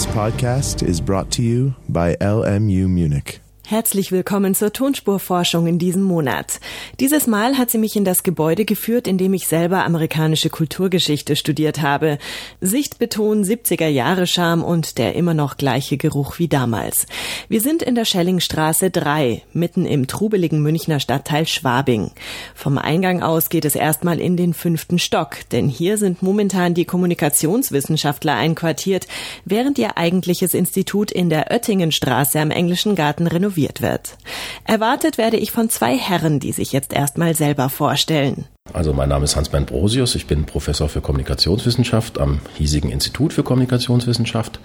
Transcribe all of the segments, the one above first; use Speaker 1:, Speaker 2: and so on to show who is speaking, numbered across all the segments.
Speaker 1: podcast is brought to you by LMU Munich.
Speaker 2: Herzlich willkommen zur Tonspurforschung in diesem Monat. Dieses Mal hat sie mich in das Gebäude geführt, in dem ich selber amerikanische Kulturgeschichte studiert habe. Sichtbeton, 70er-Jahre-Charme und der immer noch gleiche Geruch wie damals. Wir sind in der Schellingstraße 3, mitten im trubeligen Münchner Stadtteil Schwabing. Vom Eingang aus geht es erstmal in den 5. Stock, denn hier sind momentan die Kommunikationswissenschaftler einquartiert, während ihr eigentliches Institut in der Oettingenstraße am Englischen Garten renoviert wird. Erwartet werde ich von 2 Herren, die sich jetzt erstmal selber vorstellen.
Speaker 3: Also mein Name ist Hans-Bernd Brosius, ich bin Professor für Kommunikationswissenschaft am hiesigen Institut für Kommunikationswissenschaft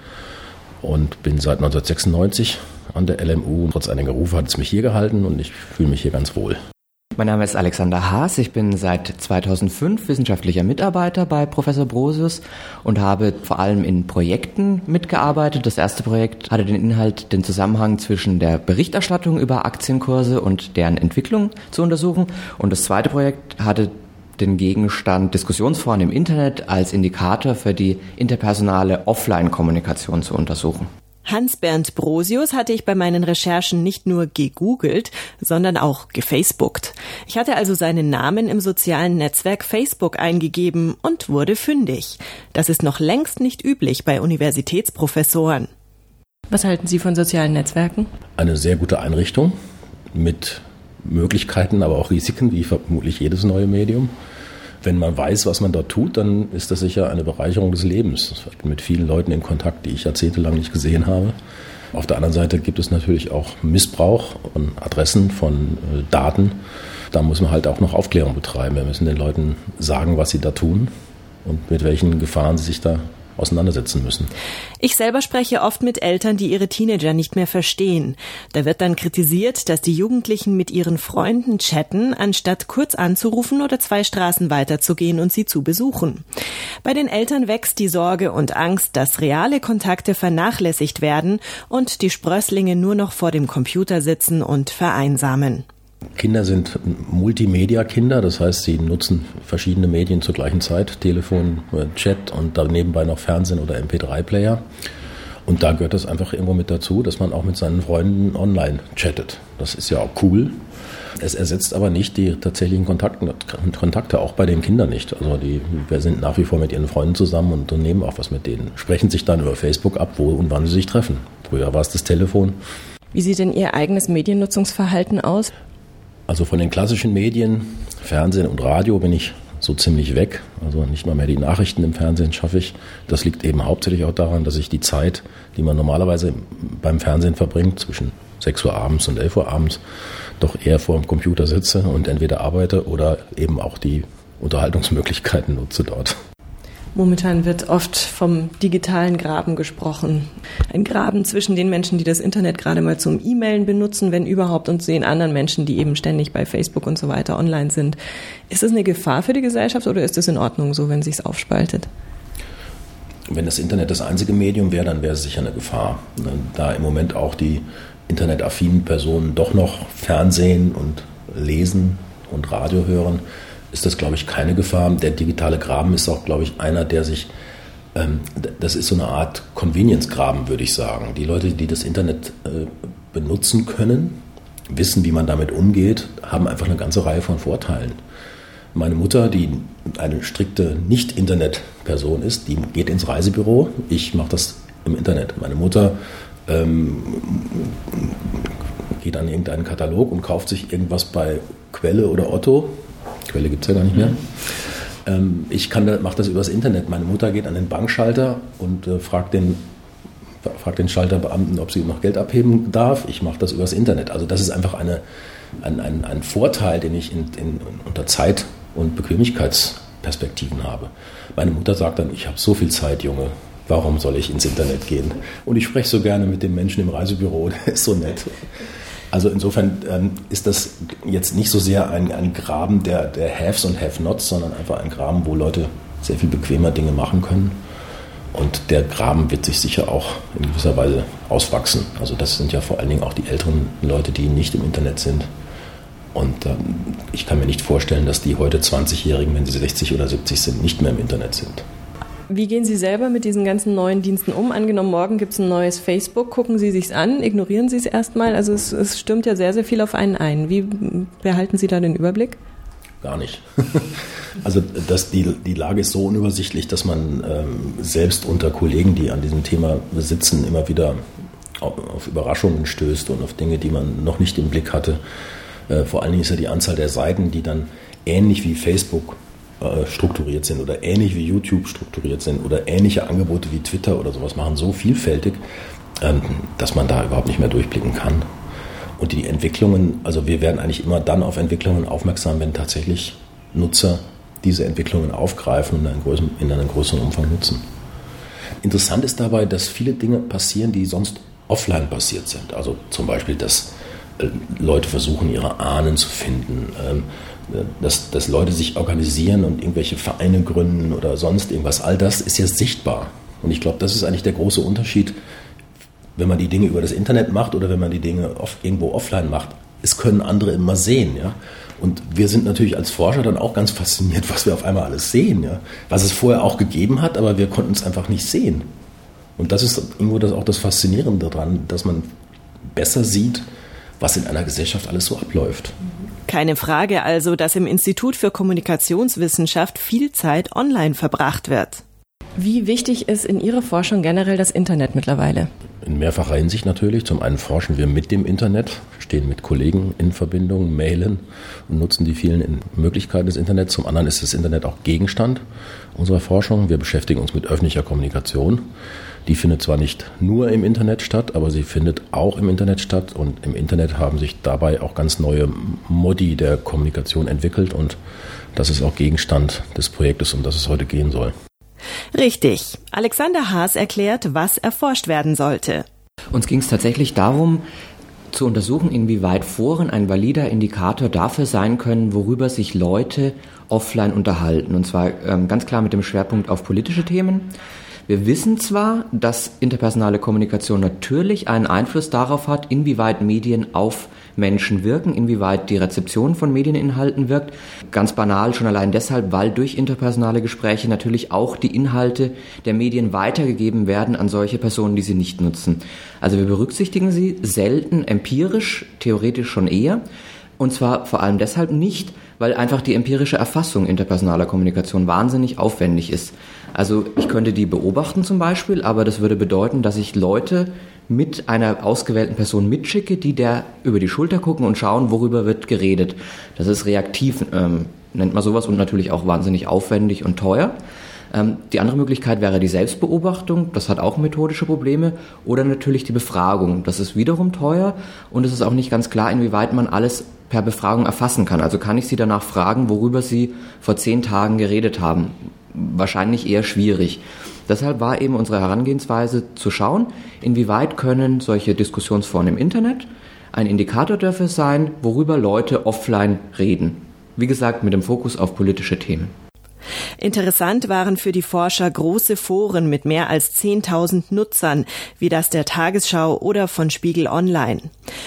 Speaker 3: und bin seit 1996 an der LMU. Trotz einiger Rufe hat es mich hier gehalten und ich fühle mich hier ganz wohl.
Speaker 4: Mein Name ist Alexander Haas, ich bin seit 2005 wissenschaftlicher Mitarbeiter bei Professor Brosius und habe vor allem in Projekten mitgearbeitet. Das erste Projekt hatte den Inhalt, den Zusammenhang zwischen der Berichterstattung über Aktienkurse und deren Entwicklung zu untersuchen. Und das zweite Projekt hatte den Gegenstand Diskussionsforen im Internet als Indikator für die interpersonale Offline-Kommunikation zu untersuchen.
Speaker 2: Hans-Bernd Brosius hatte ich bei meinen Recherchen nicht nur gegoogelt, sondern auch gefacebookt. Ich hatte also seinen Namen im sozialen Netzwerk Facebook eingegeben und wurde fündig. Das ist noch längst nicht üblich bei Universitätsprofessoren. Was halten Sie von sozialen Netzwerken?
Speaker 3: Eine sehr gute Einrichtung mit Möglichkeiten, aber auch Risiken, wie vermutlich jedes neue Medium. Wenn man weiß, was man dort tut, dann ist das sicher eine Bereicherung des Lebens. Ich bin mit vielen Leuten in Kontakt, die ich jahrzehntelang nicht gesehen habe. Auf der anderen Seite gibt es natürlich auch Missbrauch von Adressen, von Daten. Da muss man halt auch noch Aufklärung betreiben. Wir müssen den Leuten sagen, was sie da tun und mit welchen Gefahren sie sich da auseinandersetzen müssen.
Speaker 2: Ich selber spreche oft mit Eltern, die ihre Teenager nicht mehr verstehen. Da wird dann kritisiert, dass die Jugendlichen mit ihren Freunden chatten, anstatt kurz anzurufen oder 2 Straßen weiterzugehen und sie zu besuchen. Bei den Eltern wächst die Sorge und Angst, dass reale Kontakte vernachlässigt werden und die Sprösslinge nur noch vor dem Computer sitzen und vereinsamen.
Speaker 3: Kinder sind Multimedia-Kinder, das heißt, sie nutzen verschiedene Medien zur gleichen Zeit, Telefon, Chat und dann nebenbei noch Fernsehen oder MP3-Player. Und da gehört das einfach irgendwo mit dazu, dass man auch mit seinen Freunden online chattet. Das ist ja auch cool. Es ersetzt aber nicht die tatsächlichen Kontakte, auch bei den Kindern nicht. Also wir sind nach wie vor mit ihren Freunden zusammen und unternehmen auch was mit denen. Sprechen sich dann über Facebook ab, wo und wann sie sich treffen. Früher war es das Telefon.
Speaker 2: Wie sieht denn Ihr eigenes Mediennutzungsverhalten aus?
Speaker 3: Also von den klassischen Medien, Fernsehen und Radio bin ich so ziemlich weg. Also nicht mal mehr die Nachrichten im Fernsehen schaffe ich. Das liegt eben hauptsächlich auch daran, dass ich die Zeit, die man normalerweise beim Fernsehen verbringt, zwischen 6 Uhr abends und 11 Uhr abends, doch eher vor dem Computer sitze und entweder arbeite oder eben auch die Unterhaltungsmöglichkeiten nutze dort.
Speaker 2: Momentan wird oft vom digitalen Graben gesprochen. Ein Graben zwischen den Menschen, die das Internet gerade mal zum E-Mailen benutzen, wenn überhaupt, und den anderen Menschen, die eben ständig bei Facebook und so weiter online sind. Ist das eine Gefahr für die Gesellschaft oder ist es in Ordnung so, wenn es sich aufspaltet?
Speaker 3: Wenn das Internet das einzige Medium wäre, dann wäre es sicher eine Gefahr. Da im Moment auch die internetaffinen Personen doch noch Fernsehen und lesen und Radio hören, ist das, glaube ich, keine Gefahr. Der digitale Graben ist auch, glaube ich, einer, der sich, das ist so eine Art Convenience-Graben, würde ich sagen. Die Leute, die das Internet benutzen können, wissen, wie man damit umgeht, haben einfach eine ganze Reihe von Vorteilen. Meine Mutter, die eine strikte Nicht-Internet-Person ist, die geht ins Reisebüro. Ich mache das im Internet. Meine Mutter geht an irgendeinen Katalog und kauft sich irgendwas bei Quelle oder Otto. Quelle gibt es ja gar nicht mehr. Ich mache das übers Internet. Meine Mutter geht an den Bankschalter und fragt den Schalterbeamten, ob sie noch Geld abheben darf. Ich mache das übers Internet. Also das ist einfach ein Vorteil, den ich unter Zeit- und Bequemlichkeitsperspektiven habe. Meine Mutter sagt dann, ich habe so viel Zeit, Junge, warum soll ich ins Internet gehen? Und ich spreche so gerne mit dem Menschen im Reisebüro, der ist so nett. Also insofern ist das jetzt nicht so sehr ein Graben der Haves und Have-Nots, sondern einfach ein Graben, wo Leute sehr viel bequemer Dinge machen können. Und der Graben wird sich sicher auch in gewisser Weise auswachsen. Also das sind ja vor allen Dingen auch die älteren Leute, die nicht im Internet sind. Und ich kann mir nicht vorstellen, dass die heute 20-Jährigen, wenn sie 60 oder 70 sind, nicht mehr im Internet sind.
Speaker 2: Wie gehen Sie selber mit diesen ganzen neuen Diensten um? Angenommen, morgen gibt es ein neues Facebook, gucken Sie sich's an, ignorieren Sie es erstmal? Also es stürmt ja sehr, sehr viel auf einen ein. Wie behalten Sie da den Überblick?
Speaker 3: Gar nicht. Also die Lage ist so unübersichtlich, dass man selbst unter Kollegen, die an diesem Thema sitzen, immer wieder auf Überraschungen stößt und auf Dinge, die man noch nicht im Blick hatte. Vor allen Dingen ist ja die Anzahl der Seiten, die dann ähnlich wie Facebook strukturiert sind oder ähnlich wie YouTube strukturiert sind oder ähnliche Angebote wie Twitter oder sowas machen, so vielfältig, dass man da überhaupt nicht mehr durchblicken kann. Und die Entwicklungen, also wir werden eigentlich immer dann auf Entwicklungen aufmerksam, wenn tatsächlich Nutzer diese Entwicklungen aufgreifen und in einem größeren Umfang nutzen. Interessant ist dabei, dass viele Dinge passieren, die sonst offline passiert sind. Also zum Beispiel, dass Leute versuchen, ihre Ahnen zu finden, dass Leute sich organisieren und irgendwelche Vereine gründen oder sonst irgendwas. All das ist ja sichtbar. Und ich glaube, das ist eigentlich der große Unterschied, wenn man die Dinge über das Internet macht oder wenn man die Dinge irgendwo offline macht. Es können andere immer sehen. Ja? Und wir sind natürlich als Forscher dann auch ganz fasziniert, was wir auf einmal alles sehen. Ja? Was es vorher auch gegeben hat, aber wir konnten es einfach nicht sehen. Und das ist irgendwo auch das Faszinierende daran, dass man besser sieht, was in einer Gesellschaft alles so abläuft.
Speaker 2: Keine Frage also, dass im Institut für Kommunikationswissenschaft viel Zeit online verbracht wird. Wie wichtig ist in Ihrer Forschung generell das Internet mittlerweile?
Speaker 3: In mehrfacher Hinsicht natürlich. Zum einen forschen wir mit dem Internet, stehen mit Kollegen in Verbindung, mailen und nutzen die vielen Möglichkeiten des Internets. Zum anderen ist das Internet auch Gegenstand unserer Forschung. Wir beschäftigen uns mit öffentlicher Kommunikation. Die findet zwar nicht nur im Internet statt, aber sie findet auch im Internet statt. Und im Internet haben sich dabei auch ganz neue Modi der Kommunikation entwickelt. Und das ist auch Gegenstand des Projektes, um das es heute gehen soll.
Speaker 2: Richtig. Alexander Haas erklärt, was erforscht werden sollte.
Speaker 4: Uns ging es tatsächlich darum, zu untersuchen, inwieweit Foren ein valider Indikator dafür sein können, worüber sich Leute offline unterhalten. Und zwar ganz klar mit dem Schwerpunkt auf politische Themen. Wir wissen zwar, dass interpersonale Kommunikation natürlich einen Einfluss darauf hat, inwieweit Medien auf Menschen wirken, inwieweit die Rezeption von Medieninhalten wirkt. Ganz banal schon allein deshalb, weil durch interpersonale Gespräche natürlich auch die Inhalte der Medien weitergegeben werden an solche Personen, die sie nicht nutzen. Also wir berücksichtigen sie selten empirisch, theoretisch schon eher. Und zwar vor allem deshalb nicht, weil einfach die empirische Erfassung interpersonaler Kommunikation wahnsinnig aufwendig ist. Also ich könnte die beobachten zum Beispiel, aber das würde bedeuten, dass ich Leute mit einer ausgewählten Person mitschicke, die der über die Schulter gucken und schauen, worüber wird geredet. Das ist reaktiv, nennt man sowas, und natürlich auch wahnsinnig aufwendig und teuer. Die andere Möglichkeit wäre die Selbstbeobachtung, das hat auch methodische Probleme, oder natürlich die Befragung. Das ist wiederum teuer und es ist auch nicht ganz klar, inwieweit man alles per Befragung erfassen kann. Also kann ich Sie danach fragen, worüber Sie vor 10 Tagen geredet haben? Wahrscheinlich eher schwierig. Deshalb war eben unsere Herangehensweise zu schauen, inwieweit können solche Diskussionsforen im Internet ein Indikator dafür sein, worüber Leute offline reden. Wie gesagt, mit dem Fokus auf politische Themen.
Speaker 2: Interessant waren für die Forscher große Foren mit mehr als 10.000 Nutzern, wie das der Tagesschau oder von Spiegel Online.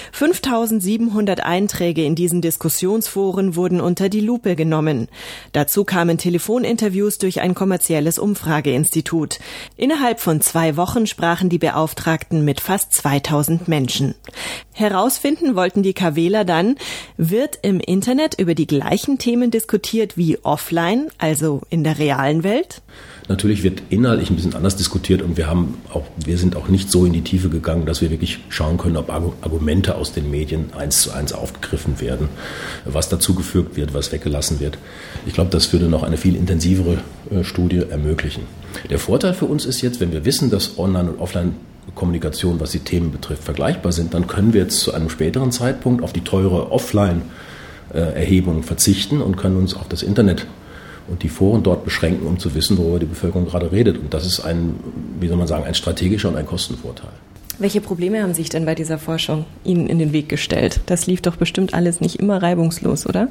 Speaker 2: 5.700 Einträge in diesen Diskussionsforen wurden unter die Lupe genommen. Dazu kamen Telefoninterviews durch ein kommerzielles Umfrageinstitut. Innerhalb von 2 Wochen sprachen die Beauftragten mit fast 2.000 Menschen. Herausfinden wollten die KWler dann, wird im Internet über die gleichen Themen diskutiert wie offline, also in der realen Welt?
Speaker 3: Natürlich wird inhaltlich ein bisschen anders diskutiert und wir sind auch nicht so in die Tiefe gegangen, dass wir wirklich schauen können, ob Argumente aus den Medien 1:1 aufgegriffen werden, was dazu gefügt wird, was weggelassen wird. Ich glaube, das würde noch eine viel intensivere Studie ermöglichen. Der Vorteil für uns ist jetzt, wenn wir wissen, dass Online- und Offline-Kommunikation, was die Themen betrifft, vergleichbar sind, dann können wir jetzt zu einem späteren Zeitpunkt auf die teure Offline-Erhebung verzichten und können uns auf das Internet und die Foren dort beschränken, um zu wissen, worüber die Bevölkerung gerade redet. Und das ist ein strategischer und ein Kostenvorteil.
Speaker 2: Welche Probleme haben sich denn bei dieser Forschung Ihnen in den Weg gestellt? Das lief doch bestimmt alles nicht immer reibungslos, oder?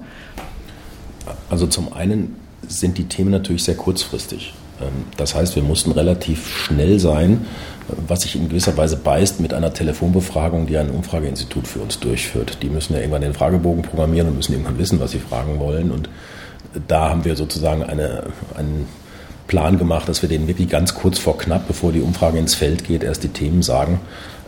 Speaker 3: Also zum einen sind die Themen natürlich sehr kurzfristig. Das heißt, wir mussten relativ schnell sein, was sich in gewisser Weise beißt mit einer Telefonbefragung, die ein Umfrageinstitut für uns durchführt. Die müssen ja irgendwann den Fragebogen programmieren und müssen irgendwann wissen, was sie fragen wollen. Und da haben wir sozusagen Plan gemacht, dass wir denen wirklich ganz kurz vor knapp, bevor die Umfrage ins Feld geht, erst die Themen sagen.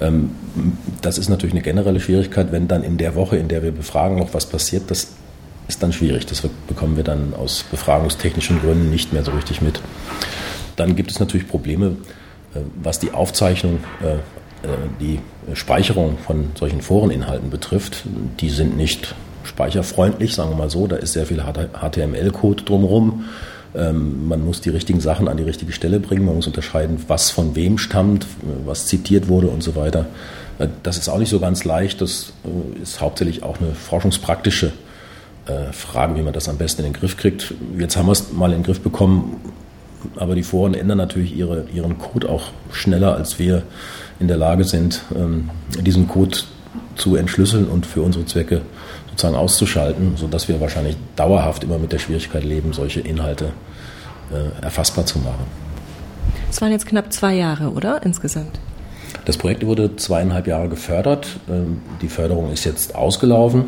Speaker 3: Das ist natürlich eine generelle Schwierigkeit, wenn dann in der Woche, in der wir befragen, noch was passiert, das ist dann schwierig. Das bekommen wir dann aus befragungstechnischen Gründen nicht mehr so richtig mit. Dann gibt es natürlich Probleme, was die Aufzeichnung, die Speicherung von solchen Foreninhalten betrifft. Die sind nicht speicherfreundlich, sagen wir mal so. Da ist sehr viel HTML-Code drumherum. Man muss die richtigen Sachen an die richtige Stelle bringen. Man muss unterscheiden, was von wem stammt, was zitiert wurde und so weiter. Das ist auch nicht so ganz leicht. Das ist hauptsächlich auch eine forschungspraktische Frage, wie man das am besten in den Griff kriegt. Jetzt haben wir es mal in den Griff bekommen, aber die Foren ändern natürlich ihren Code auch schneller, als wir in der Lage sind, diesen Code zu entschlüsseln und für unsere Zwecke sozusagen auszuschalten, sodass wir wahrscheinlich dauerhaft immer mit der Schwierigkeit leben, solche Inhalte erfassbar zu machen.
Speaker 2: Es waren jetzt knapp 2 Jahre, oder? Insgesamt?
Speaker 3: Das Projekt wurde 2,5 Jahre gefördert. Die Förderung ist jetzt ausgelaufen.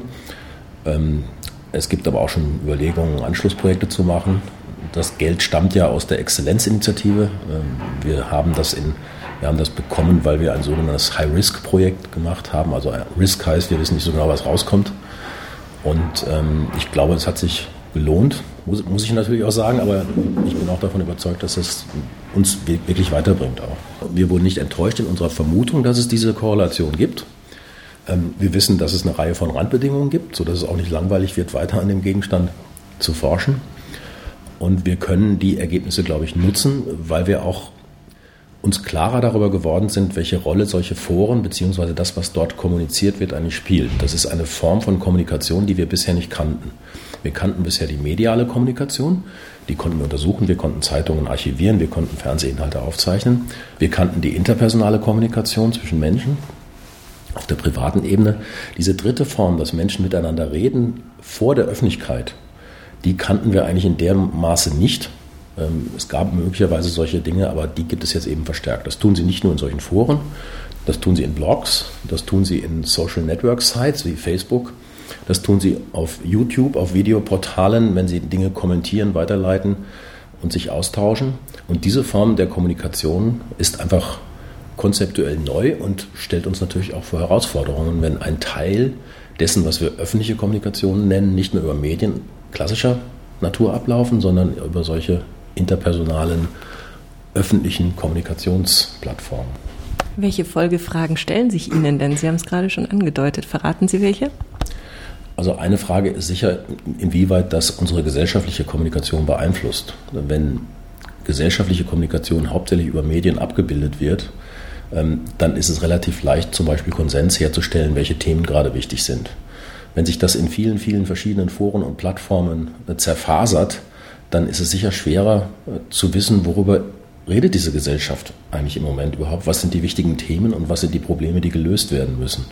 Speaker 3: Es gibt aber auch schon Überlegungen, Anschlussprojekte zu machen. Das Geld stammt ja aus der Exzellenzinitiative. Wir haben das bekommen, weil wir ein sogenanntes High-Risk-Projekt gemacht haben. Also Risk heißt, wir wissen nicht so genau, was rauskommt. Und ich glaube, es hat sich gelohnt, muss ich natürlich auch sagen, aber ich bin auch davon überzeugt, dass es uns wirklich weiterbringt auch. Wir wurden nicht enttäuscht in unserer Vermutung, dass es diese Korrelation gibt. Wir wissen, dass es eine Reihe von Randbedingungen gibt, sodass es auch nicht langweilig wird, weiter an dem Gegenstand zu forschen. Und wir können die Ergebnisse, glaube ich, nutzen, weil wir auch uns klarer darüber geworden sind, welche Rolle solche Foren bzw. das, was dort kommuniziert wird, eigentlich spielt. Das ist eine Form von Kommunikation, die wir bisher nicht kannten. Wir kannten bisher die mediale Kommunikation, die konnten wir untersuchen, wir konnten Zeitungen archivieren, wir konnten Fernsehinhalte aufzeichnen. Wir kannten die interpersonale Kommunikation zwischen Menschen auf der privaten Ebene. Diese dritte Form, dass Menschen miteinander reden vor der Öffentlichkeit, die kannten wir eigentlich in dem Maße nicht. Es gab möglicherweise solche Dinge, aber die gibt es jetzt eben verstärkt. Das tun sie nicht nur in solchen Foren, das tun sie in Blogs, das tun sie in Social Network Sites wie Facebook, das tun sie auf YouTube, auf Videoportalen, wenn sie Dinge kommentieren, weiterleiten und sich austauschen. Und diese Form der Kommunikation ist einfach konzeptuell neu und stellt uns natürlich auch vor Herausforderungen, wenn ein Teil dessen, was wir öffentliche Kommunikation nennen, nicht mehr über Medien klassischer Natur ablaufen, sondern über solche interpersonalen öffentlichen Kommunikationsplattformen.
Speaker 2: Welche Folgefragen stellen sich Ihnen denn? Sie haben es gerade schon angedeutet. Verraten Sie welche?
Speaker 3: Also eine Frage ist sicher, inwieweit das unsere gesellschaftliche Kommunikation beeinflusst. Wenn gesellschaftliche Kommunikation hauptsächlich über Medien abgebildet wird, dann ist es relativ leicht, zum Beispiel Konsens herzustellen, welche Themen gerade wichtig sind. Wenn sich das in vielen, vielen verschiedenen Foren und Plattformen zerfasert, dann ist es sicher schwerer zu wissen, worüber redet diese Gesellschaft eigentlich im Moment überhaupt, was sind die wichtigen Themen und was sind die Probleme, die gelöst werden müssen.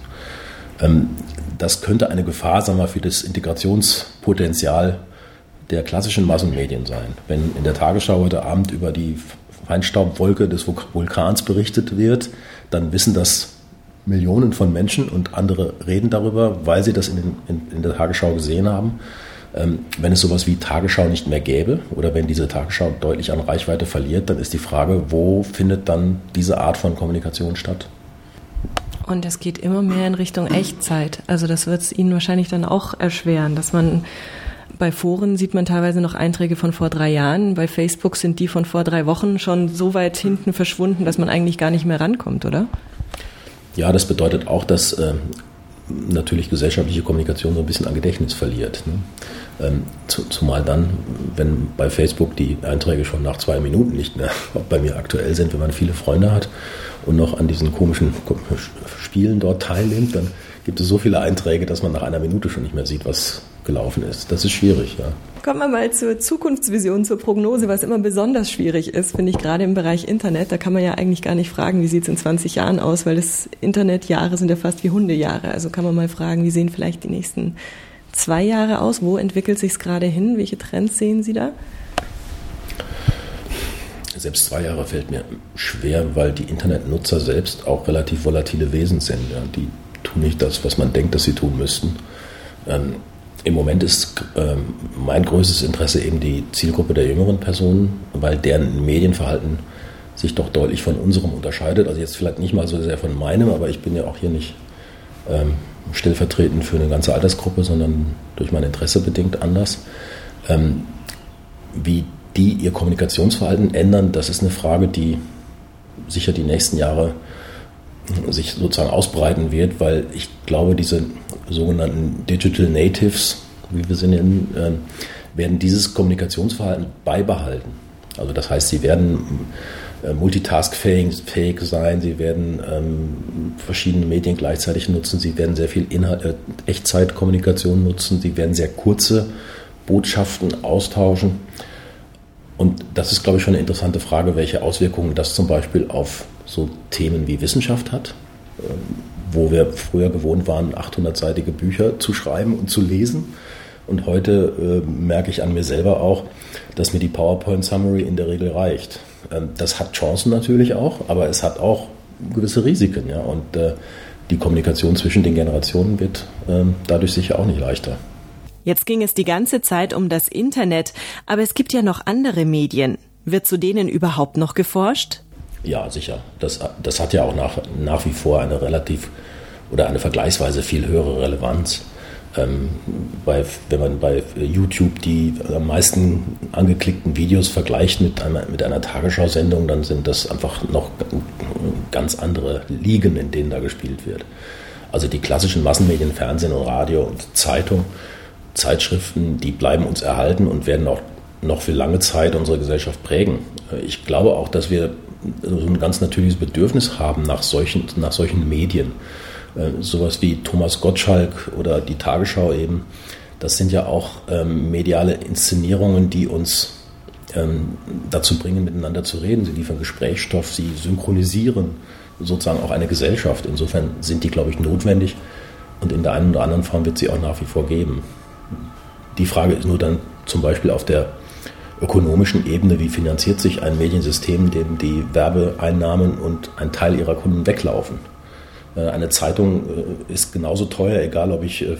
Speaker 3: Das könnte eine Gefahr, sagen wir mal, für das Integrationspotenzial der klassischen Massenmedien sein. Wenn in der Tagesschau heute Abend über die Feinstaubwolke des Vulkans berichtet wird, dann wissen das Millionen von Menschen und andere reden darüber, weil sie das in der Tagesschau gesehen haben. Wenn es sowas wie Tagesschau nicht mehr gäbe oder wenn diese Tagesschau deutlich an Reichweite verliert, dann ist die Frage, wo findet dann diese Art von Kommunikation statt?
Speaker 2: Und es geht immer mehr in Richtung Echtzeit. Also das wird es Ihnen wahrscheinlich dann auch erschweren, dass man bei Foren sieht man teilweise noch Einträge von vor 3 Jahren. Bei Facebook sind die von vor 3 Wochen schon so weit hinten verschwunden, dass man eigentlich gar nicht mehr rankommt, oder?
Speaker 3: Ja, das bedeutet auch, dass natürlich gesellschaftliche Kommunikation so ein bisschen an Gedächtnis verliert. Ne? Zumal dann, wenn bei Facebook die Einträge schon nach 2 Minuten nicht mehr bei mir aktuell sind, wenn man viele Freunde hat und noch an diesen komischen Spielen dort teilnimmt, dann gibt es so viele Einträge, dass man nach 1 Minute schon nicht mehr sieht, was gelaufen ist. Das ist schwierig, ja.
Speaker 2: Kommen wir mal zur Zukunftsvision, zur Prognose, was immer besonders schwierig ist, finde ich, gerade im Bereich Internet. Da kann man ja eigentlich gar nicht fragen, wie sieht es in 20 Jahren aus, weil das Internetjahre sind ja fast wie Hundejahre. Also kann man mal fragen, wie sehen vielleicht die nächsten 2 Jahre aus? Wo entwickelt sich es gerade hin? Welche Trends sehen Sie da?
Speaker 3: Selbst 2 Jahre fällt mir schwer, weil die Internetnutzer selbst auch relativ volatile Wesen sind. Ja. Die tun nicht das, was man denkt, dass sie tun müssten. Im Moment ist mein größtes Interesse eben die Zielgruppe der jüngeren Personen, weil deren Medienverhalten sich doch deutlich von unserem unterscheidet. Also jetzt vielleicht nicht mal so sehr von meinem, aber ich bin ja auch hier nicht stellvertretend für eine ganze Altersgruppe, sondern durch mein Interesse bedingt anders. Wie die ihr Kommunikationsverhalten ändern, das ist eine Frage, die sicher die nächsten Jahre sich sozusagen ausbreiten wird, weil ich glaube, diese sogenannten Digital Natives, wie wir sie nennen, werden dieses Kommunikationsverhalten beibehalten. Also das heißt, sie werden multitaskfähig sein, sie werden verschiedene Medien gleichzeitig nutzen, sie werden sehr viel Echtzeitkommunikation nutzen, sie werden sehr kurze Botschaften austauschen. Und das ist, glaube ich, schon eine interessante Frage, welche Auswirkungen das zum Beispiel auf so Themen wie Wissenschaft hat, wo wir früher gewohnt waren, 800-seitige Bücher zu schreiben und zu lesen. Und heute merke ich an mir selber auch, dass mir die PowerPoint-Summary in der Regel reicht. Das hat Chancen natürlich auch, aber es hat auch gewisse Risiken. Ja? Und die Kommunikation zwischen den Generationen wird dadurch sicher auch nicht leichter.
Speaker 2: Jetzt ging es die ganze Zeit um das Internet, aber es gibt ja noch andere Medien. Wird zu denen überhaupt noch geforscht?
Speaker 3: Ja, sicher. Das hat ja auch nach wie vor eine relativ oder eine vergleichsweise viel höhere Relevanz. Wenn man bei YouTube die am meisten angeklickten Videos vergleicht mit einer Tagesschau-Sendung, dann sind das einfach noch ganz andere Ligen, in denen da gespielt wird. Also die klassischen Massenmedien, Fernsehen und Radio und Zeitung, Zeitschriften, die bleiben uns erhalten und werden auch noch für lange Zeit unsere Gesellschaft prägen. Ich glaube auch, dass wir so ein ganz natürliches Bedürfnis haben nach solchen Medien. Sowas wie Thomas Gottschalk oder die Tagesschau eben, das sind ja auch mediale Inszenierungen, die uns dazu bringen, miteinander zu reden. Sie liefern Gesprächsstoff, sie synchronisieren sozusagen auch eine Gesellschaft. Insofern sind die, glaube ich, notwendig und in der einen oder anderen Form wird sie auch nach wie vor geben. Die Frage ist nur dann zum Beispiel auf der ökonomischen Ebene, wie finanziert sich ein Mediensystem, dem die Werbeeinnahmen und ein Teil ihrer Kunden weglaufen. Eine Zeitung ist genauso teuer, egal ob ich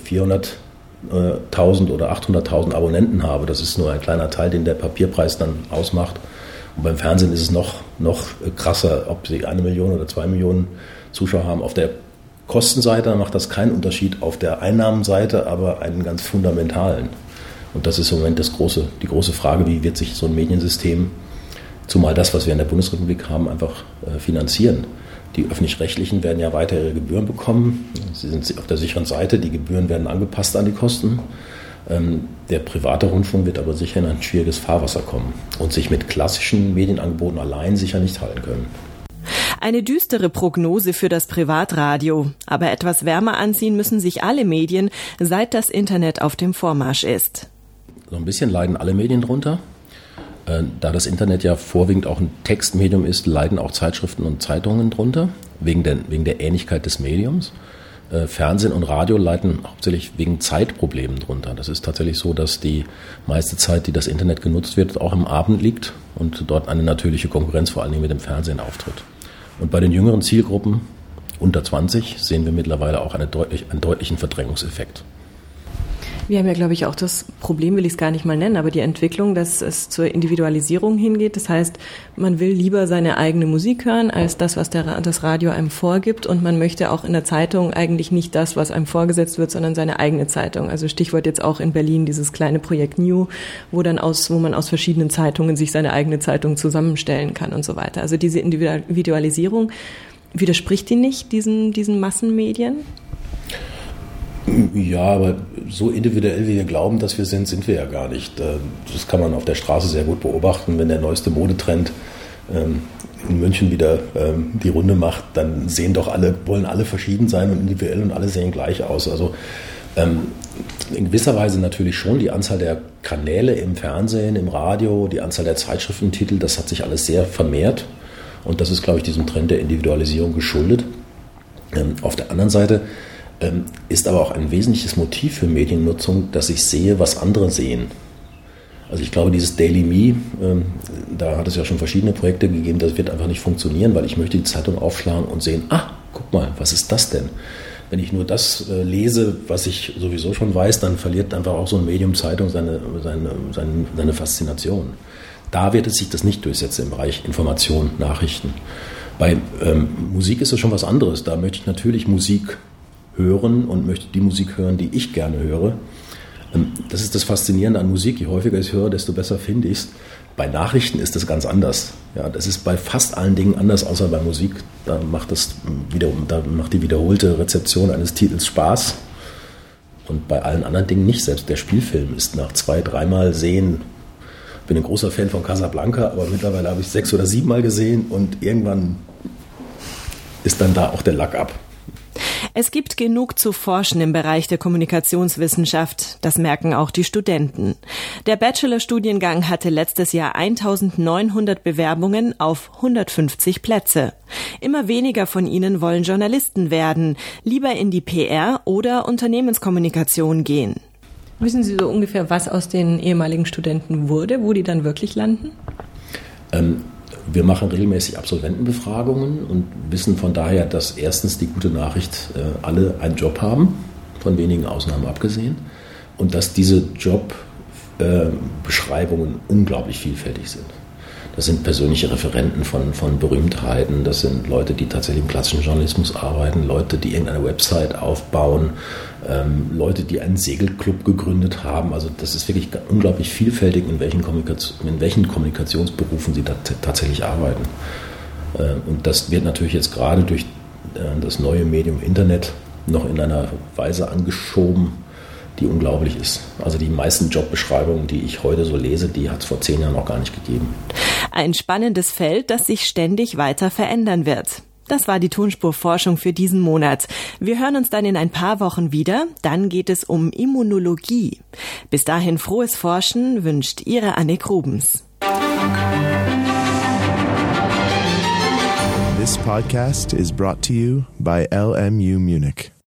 Speaker 3: 400.000 oder 800.000 Abonnenten habe. Das ist nur ein kleiner Teil, den der Papierpreis dann ausmacht. Und beim Fernsehen ist es noch krasser, ob sie 1 Million oder 2 Millionen Zuschauer haben. Auf der Kostenseite macht das keinen Unterschied, auf der Einnahmenseite aber einen ganz fundamentalen. Und das ist im Moment die große Frage, wie wird sich so ein Mediensystem, zumal das, was wir in der Bundesrepublik haben, einfach finanzieren. Die Öffentlich-Rechtlichen werden ja weiter ihre Gebühren bekommen. Sie sind auf der sicheren Seite, die Gebühren werden angepasst an die Kosten. Der private Rundfunk wird aber sicher in ein schwieriges Fahrwasser kommen und sich mit klassischen Medienangeboten allein sicher nicht halten können.
Speaker 2: Eine düstere Prognose für das Privatradio. Aber etwas wärmer anziehen müssen sich alle Medien, seit das Internet auf dem Vormarsch ist.
Speaker 3: So ein bisschen leiden alle Medien drunter. Da das Internet ja vorwiegend auch ein Textmedium ist, leiden auch Zeitschriften und Zeitungen drunter, wegen der Ähnlichkeit des Mediums. Fernsehen und Radio leiden hauptsächlich wegen Zeitproblemen drunter. Das ist tatsächlich so, dass die meiste Zeit, die das Internet genutzt wird, auch im Abend liegt und dort eine natürliche Konkurrenz vor allen Dingen mit dem Fernsehen auftritt. Und bei den jüngeren Zielgruppen unter 20 sehen wir mittlerweile auch einen deutlichen Verdrängungseffekt.
Speaker 2: Wir haben ja, glaube ich, auch das Problem, will ich es gar nicht mal nennen, aber die Entwicklung, dass es zur Individualisierung hingeht. Das heißt, man will lieber seine eigene Musik hören, als das, was das Radio einem vorgibt. Und man möchte auch in der Zeitung eigentlich nicht das, was einem vorgesetzt wird, sondern seine eigene Zeitung. Also Stichwort jetzt auch in Berlin dieses kleine Projekt New, wo man aus verschiedenen Zeitungen sich seine eigene Zeitung zusammenstellen kann und so weiter. Also diese Individualisierung, widerspricht die nicht diesen Massenmedien?
Speaker 3: Ja, aber so individuell, wie wir glauben, dass wir sind wir ja gar nicht. Das kann man auf der Straße sehr gut beobachten. Wenn der neueste Modetrend in München wieder die Runde macht, dann wollen alle verschieden sein und individuell und alle sehen gleich aus. Also in gewisser Weise natürlich schon die Anzahl der Kanäle im Fernsehen, im Radio, die Anzahl der Zeitschriftentitel, das hat sich alles sehr vermehrt. Und das ist, glaube ich, diesem Trend der Individualisierung geschuldet. Auf der anderen Seite ist aber auch ein wesentliches Motiv für Mediennutzung, dass ich sehe, was andere sehen. Also ich glaube, dieses Daily Me, da hat es ja schon verschiedene Projekte gegeben, das wird einfach nicht funktionieren, weil ich möchte die Zeitung aufschlagen und sehen, guck mal, was ist das denn? Wenn ich nur das lese, was ich sowieso schon weiß, dann verliert einfach auch so ein Medium Zeitung seine Faszination. Da wird es sich das nicht durchsetzen im Bereich Information, Nachrichten. Bei Musik ist es schon was anderes. Da möchte ich natürlich Musik hören und möchte die Musik hören, die ich gerne höre. Das ist das Faszinierende an Musik. Je häufiger ich es höre, desto besser finde ich es. Bei Nachrichten ist das ganz anders. Ja, das ist bei fast allen Dingen anders, außer bei Musik. Da macht die wiederholte Rezeption eines Titels Spaß. Und bei allen anderen Dingen nicht. Selbst der Spielfilm ist nach 2-3 Mal sehen. Ich bin ein großer Fan von Casablanca, aber mittlerweile habe ich 6 oder 7 Mal gesehen und irgendwann ist dann da auch der Lack ab.
Speaker 2: Es gibt genug zu forschen im Bereich der Kommunikationswissenschaft. Das merken auch die Studenten. Der Bachelorstudiengang hatte letztes Jahr 1900 Bewerbungen auf 150 Plätze. Immer weniger von ihnen wollen Journalisten werden, lieber in die PR oder Unternehmenskommunikation gehen. Wissen Sie so ungefähr, was aus den ehemaligen Studenten wurde, wo die dann wirklich landen?
Speaker 3: Wir machen regelmäßig Absolventenbefragungen und wissen von daher, dass erstens die gute Nachricht, alle einen Job haben, von wenigen Ausnahmen abgesehen, und dass diese Jobbeschreibungen unglaublich vielfältig sind. Das sind persönliche Referenten von Berühmtheiten, das sind Leute, die tatsächlich im klassischen Journalismus arbeiten, Leute, die irgendeine Website aufbauen, Leute, die einen Segelclub gegründet haben. Also das ist wirklich unglaublich vielfältig, in welchen Kommunikationsberufen sie tatsächlich arbeiten. Und das wird natürlich jetzt gerade durch das neue Medium Internet noch in einer Weise angeschoben, die unglaublich ist. Also die meisten Jobbeschreibungen, die ich heute so lese, die hat es vor 10 Jahren noch gar nicht gegeben.
Speaker 2: Ein spannendes Feld, das sich ständig weiter verändern wird. Das war die Tonspurforschung für diesen Monat. Wir hören uns dann in ein paar Wochen wieder. Dann geht es um Immunologie. Bis dahin frohes Forschen wünscht Ihre Annik Rubens.
Speaker 1: This podcast is brought to you by LMU Munich.